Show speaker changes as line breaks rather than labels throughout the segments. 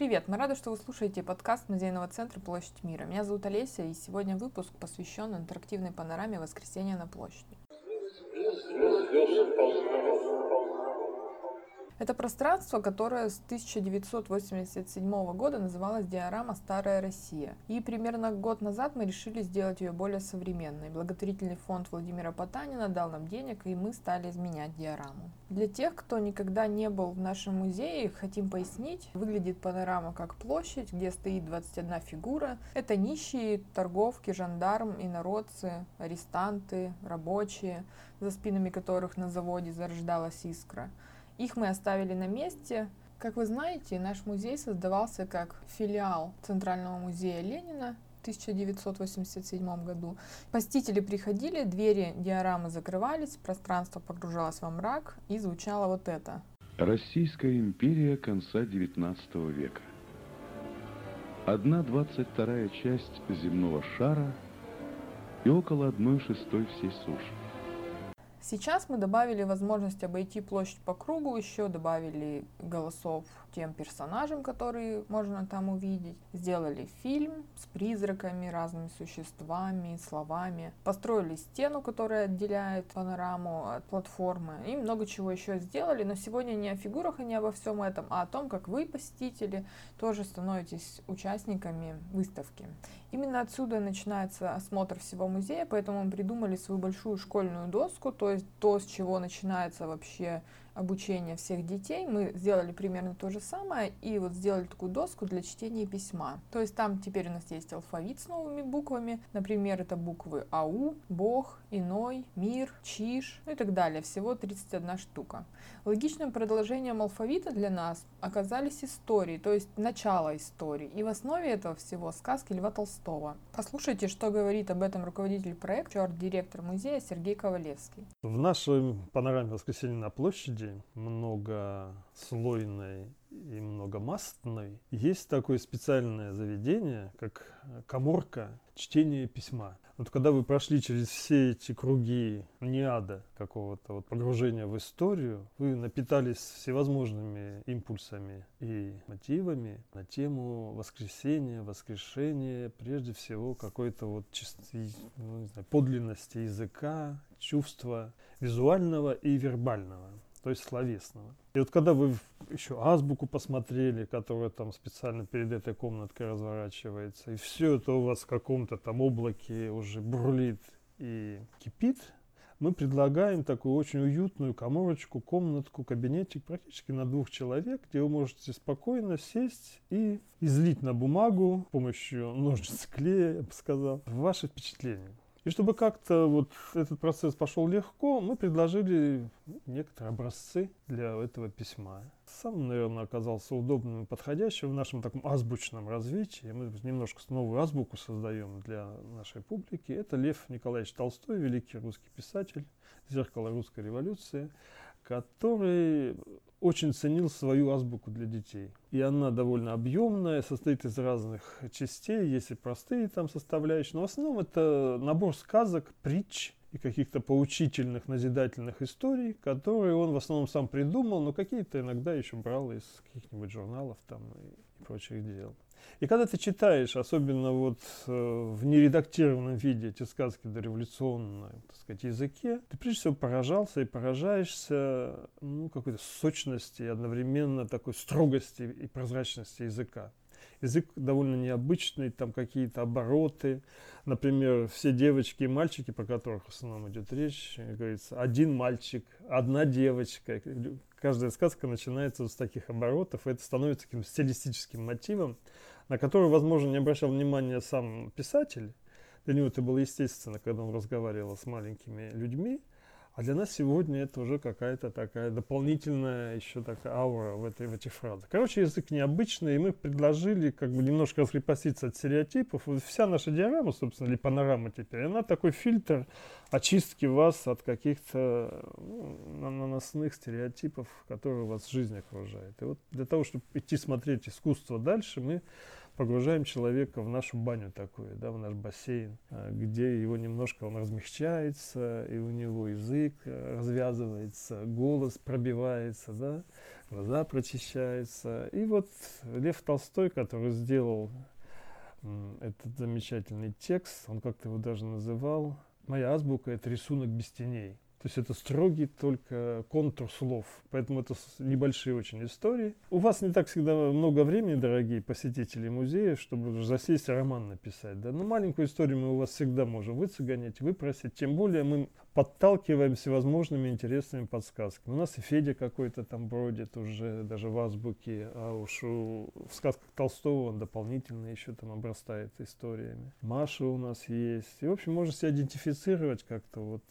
Привет, мы рады, что вы слушаете подкаст Музейного центра «Площадь мира». Меня зовут Олеся, и сегодня выпуск посвящен интерактивной панораме «Воскресенья на площади». Это пространство, которое с 1987 года называлось диорама «Старая Россия». И примерно год назад мы решили сделать ее более современной. Благотворительный фонд Владимира Потанина дал нам денег, и мы стали изменять диораму. Для тех, кто никогда не был в нашем музее, хотим пояснить, выглядит панорама как площадь, где стоит 21 фигура. Это нищие, торговки, жандарм, инородцы, арестанты, рабочие, за спинами которых на заводе зарождалась искра. Их мы оставили на месте. Как вы знаете, наш музей создавался как филиал Центрального музея Ленина в 1987 году. Посетители приходили, двери диорамы закрывались, пространство погружалось во мрак, и звучало вот это.
Российская империя конца XIX века. 1/22 часть земного шара и около 1/6 всей суши.
Сейчас мы добавили возможность обойти площадь по кругу, еще добавили голосов тем персонажам, которые можно там увидеть. Сделали фильм с призраками, разными существами, словами. Построили стену, которая отделяет панораму от платформы. И много чего еще сделали, но сегодня не о фигурах и не обо всем этом, а о том, как вы, посетители, тоже становитесь участниками выставки. Именно отсюда начинается осмотр всего музея, поэтому мы придумали свою большую школьную доску, то есть то, с чего начинается вообще обучение всех детей. Мы сделали примерно то же самое и вот сделали такую доску для чтения письма. То есть там теперь у нас есть алфавит с новыми буквами. Например, это буквы АУ, Бог, Иной, Мир, Чиж, ну и так далее. Всего 31 штука. Логичным продолжением алфавита для нас оказались истории, то есть начало истории. И в основе этого всего сказки Льва Толстого. Послушайте, что говорит об этом руководитель проекта, арт-директор музея Сергей Ковалевский.
В нашей панораме «Воскресенья на площади», многослойной и многомастной, есть такое специальное заведение, как каморка чтения письма. Вот когда вы прошли через все эти круги неада, какого-то вот погружения в историю, вы напитались всевозможными импульсами и мотивами на тему воскресения, воскрешения, прежде всего какой-то вот подлинности языка, чувства визуального и вербального, то есть словесного. И вот когда вы еще азбуку посмотрели, которая там специально перед этой комнаткой разворачивается, и все это у вас в каком-то там облаке уже бурлит и кипит, мы предлагаем такую очень уютную каморочку, комнатку, кабинетик практически на 2 человек, где вы можете спокойно сесть и излить на бумагу с помощью ножниц клея, я бы сказал, ваши впечатления. И чтобы как-то вот этот процесс пошел легко, мы предложили некоторые образцы для этого письма. Сам, наверное, оказался удобным и подходящим в нашем таком азбучном развитии. Мы немножко новую азбуку создаем для нашей публики. Это Лев Николаевич Толстой, великий русский писатель, зеркало русской революции, который очень ценил свою азбуку для детей. И она довольно объемная, состоит из разных частей, есть и простые там составляющие, но в основном это набор сказок, притч и каких-то поучительных, назидательных историй, которые он в основном сам придумал, но какие-то иногда еще брал из каких-нибудь журналов там и прочих дел. И когда ты читаешь, особенно вот в нередактированном виде эти сказки дореволюционном, так сказать, языке, ты прежде всего поражался и поражаешься какой-то сочности, одновременно такой строгости и прозрачности языка. Язык довольно необычный, там какие-то обороты. Например, все девочки и мальчики, про которых в основном идет речь, говорится, один мальчик, одна девочка. Каждая сказка начинается с таких оборотов, и это становится таким стилистическим мотивом, на который, возможно, не обращал внимания сам писатель. Для него это было естественно, когда он разговаривал с маленькими людьми. А для нас сегодня это уже какая-то такая дополнительная еще такая аура в этих фразах. Короче, язык необычный, и мы предложили как бы немножко раскрепоститься от стереотипов. Вот вся наша диорама, собственно, или панорама теперь, она такой фильтр очистки вас от каких-то наносных стереотипов, которые вас в жизни окружают. И вот для того, чтобы идти смотреть искусство дальше, мы погружаем человека в нашу баню такую, да, в наш бассейн, где его немножко он размягчается, и у него язык развязывается, голос пробивается, да, глаза прочищаются. И вот Лев Толстой, который сделал этот замечательный текст, он как-то его даже называл «Моя азбука – это рисунок без теней». То есть это строгий только контур слов. Поэтому это небольшие очень истории. У вас не так всегда много времени, дорогие посетители музея, чтобы засесть и роман написать. Да? Но маленькую историю мы у вас всегда можем выцыганить, выпросить. Тем более мы подталкиваем всевозможными интересными подсказками. У нас и Федя какой-то там бродит уже даже в азбуке, а уж в сказках Толстого он дополнительно еще там обрастает историями. Маша у нас есть. И, в общем, можно себя идентифицировать как-то вот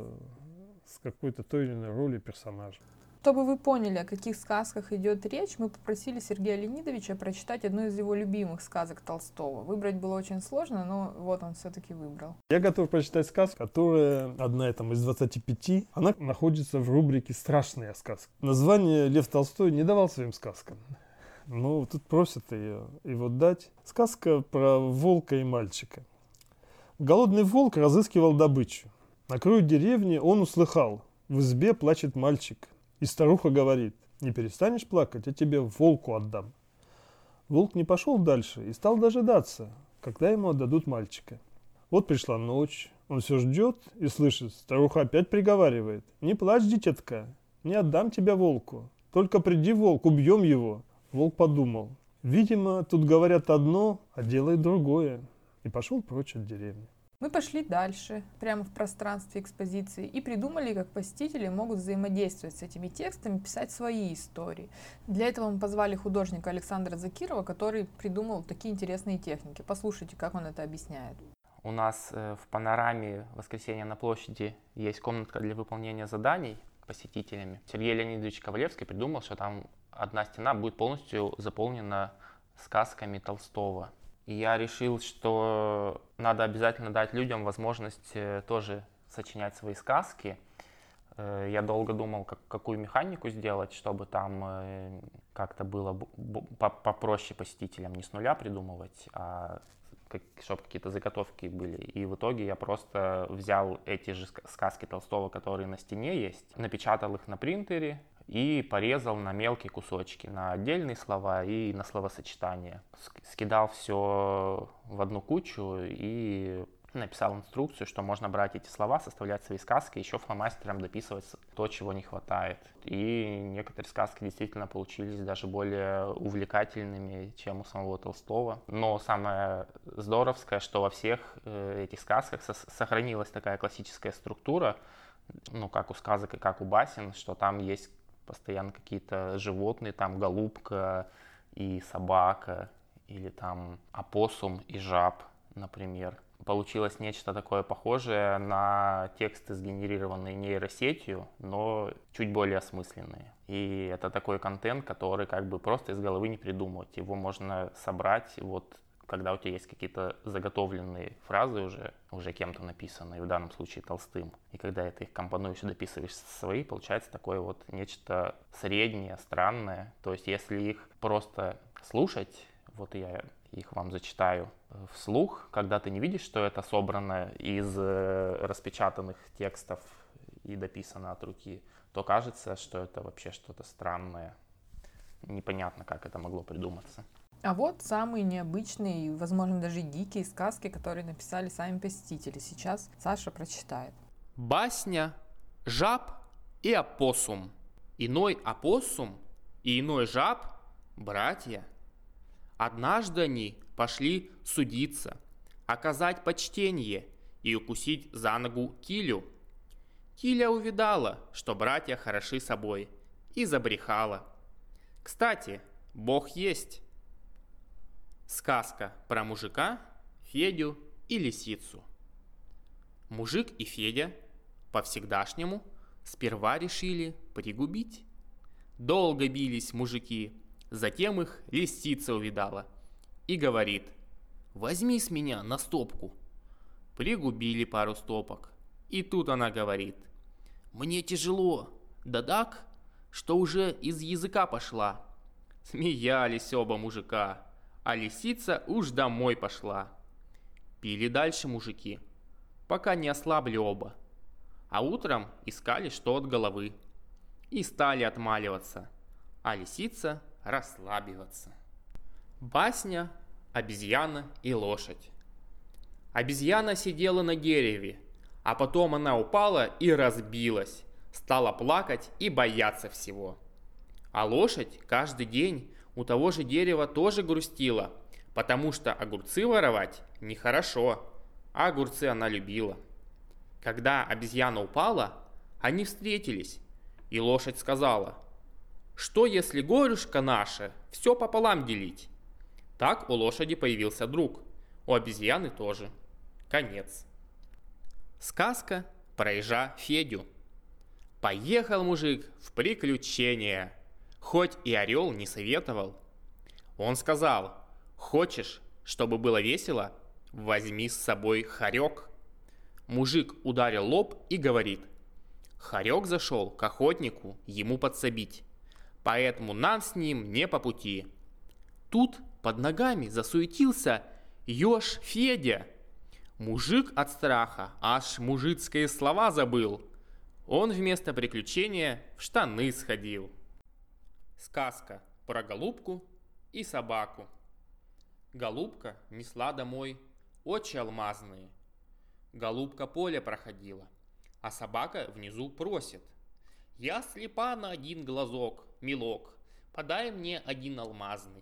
с какой-то той или иной ролью персонажа.
Чтобы вы поняли, о каких сказках идет речь, мы попросили Сергея Леонидовича прочитать одну из его любимых сказок Толстого. Выбрать было очень сложно, но вот он все-таки выбрал.
Я готов прочитать сказку, которая одна там, из 25. Она находится в рубрике «Страшные сказки». Название Лев Толстой не давал своим сказкам. Но тут просят его дать. Сказка про волка и мальчика. Голодный волк разыскивал добычу. На краю деревни он услыхал: в избе плачет мальчик. И старуха говорит: не перестанешь плакать, я тебе волку отдам. Волк не пошел дальше и стал дожидаться, когда ему отдадут мальчика. Вот пришла ночь, он все ждет и слышит, старуха опять приговаривает: не плачь, дитятка, не отдам тебя волку, только приди, волк, убьем его. Волк подумал: видимо, тут говорят одно, а делают другое, и пошел прочь от деревни.
Мы пошли дальше, прямо в пространстве экспозиции, и придумали, как посетители могут взаимодействовать с этими текстами, писать свои истории. Для этого мы позвали художника Александра Закирова, который придумал такие интересные техники. Послушайте, как он это объясняет.
У нас в панораме «Воскресенье на площади» есть комнатка для выполнения заданий посетителями. Сергей Леонидович Ковалевский придумал, что там одна стена будет полностью заполнена сказками Толстого. И я решил, что надо обязательно дать людям возможность тоже сочинять свои сказки. Я долго думал, какую механику сделать, чтобы там как-то было попроще посетителям, не с нуля придумывать, а чтобы какие-то заготовки были. И в итоге я просто взял эти же сказки Толстого, которые на стене есть, напечатал их на принтере и порезал на мелкие кусочки, на отдельные слова и на словосочетания. Скидал все в одну кучу и написал инструкцию, что можно брать эти слова, составлять свои сказки, еще фломастером дописывать то, чего не хватает. И некоторые сказки действительно получились даже более увлекательными, чем у самого Толстого. Но самое здоровское, что во всех этих сказках сохранилась такая классическая структура, ну, как у сказок и как у басен, что там есть постоянно какие-то животные, там голубка и собака, или там опоссум и жаб, например. Получилось нечто такое похожее на тексты, сгенерированные нейросетью, но чуть более осмысленные. И это такой контент, который как бы просто из головы не придумывать. Его можно собрать, вот, когда у тебя есть какие-то заготовленные фразы уже кем-то написанные, в данном случае Толстым. И когда ты их компонуешь и дописываешь свои, получается такое вот нечто среднее, странное. То есть если их просто слушать, вот я их вам зачитаю вслух, когда ты не видишь, что это собрано из распечатанных текстов и дописано от руки, то кажется, что это вообще что-то странное. Непонятно, как это могло придуматься.
А вот самые необычные и, возможно, даже дикие сказки, которые написали сами посетители. Сейчас Саша прочитает.
Басня «Жаб и опоссум». Иной опоссум и иной жаб – братья. Однажды они пошли судиться, оказать почтение и укусить за ногу Килю. Киля увидала, что братья хороши собой, и забрехала. Кстати, Бог есть. Сказка про мужика, Федю и лисицу. Мужик и Федя по-всегдашнему сперва решили пригубить. Долго бились мужики, затем их лисица увидала и говорит: возьми с меня на стопку. Пригубили пару стопок, и тут она говорит: мне тяжело, да так, что уже из языка пошла. Смеялись оба мужика, а лисица уж домой пошла. Пили дальше мужики, пока не ослабли оба. А утром искали что от головы. И стали отмаливаться, а лисица расслабиваться. Басня «Обезьяна и лошадь». Обезьяна сидела на дереве, а потом она упала и разбилась, стала плакать и бояться всего. А лошадь каждый день у того же дерева тоже грустила, потому что огурцы воровать нехорошо, а огурцы она любила. Когда обезьяна упала, они встретились, и лошадь сказала: «Что, если горюшка наше все пополам делить?» Так у лошади появился друг, у обезьяны тоже. Конец. Сказка про ежа Федю. Поехал мужик в приключения, хоть и орел не советовал. Он сказал: «Хочешь, чтобы было весело, возьми с собой хорек». Мужик ударил лоб и говорит: «Хорек зашел к охотнику ему подсобить, поэтому нам с ним не по пути». Тут под ногами засуетился еж Федя. Мужик от страха аж мужицкие слова забыл. Он вместо приключения в штаны сходил. Сказка про голубку и собаку. Голубка несла домой очи алмазные. Голубка поле проходила, а собака внизу просит: «Я слепа на один глазок, милок, подай мне один алмазный».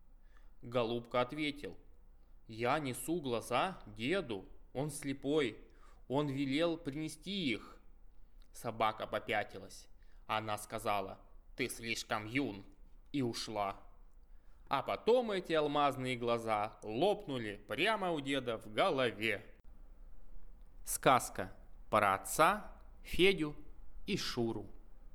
Голубка ответил: «Я несу глаза деду, он слепой, он велел принести их». Собака попятилась. Она сказала: «Ты слишком юн», и ушла. А потом эти алмазные глаза лопнули прямо у деда в голове. Сказка про отца, Федю и Шуру.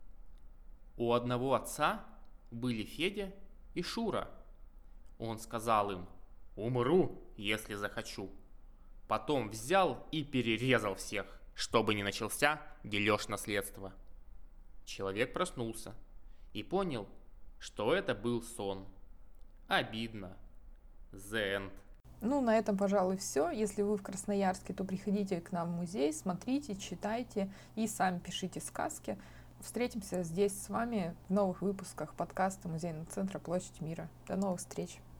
У одного отца были Федя и Шура. Он сказал им: «Умру, если захочу». Потом взял и перерезал всех, чтобы не начался дележ наследства. Человек проснулся и понял, что это был сон. Обидно. The end.
Ну, на этом, пожалуй, все. Если вы в Красноярске, то приходите к нам в музей, смотрите, читайте и сами пишите сказки. Встретимся здесь с вами в новых выпусках подкаста Музейного центра Площадь Мира. До новых встреч!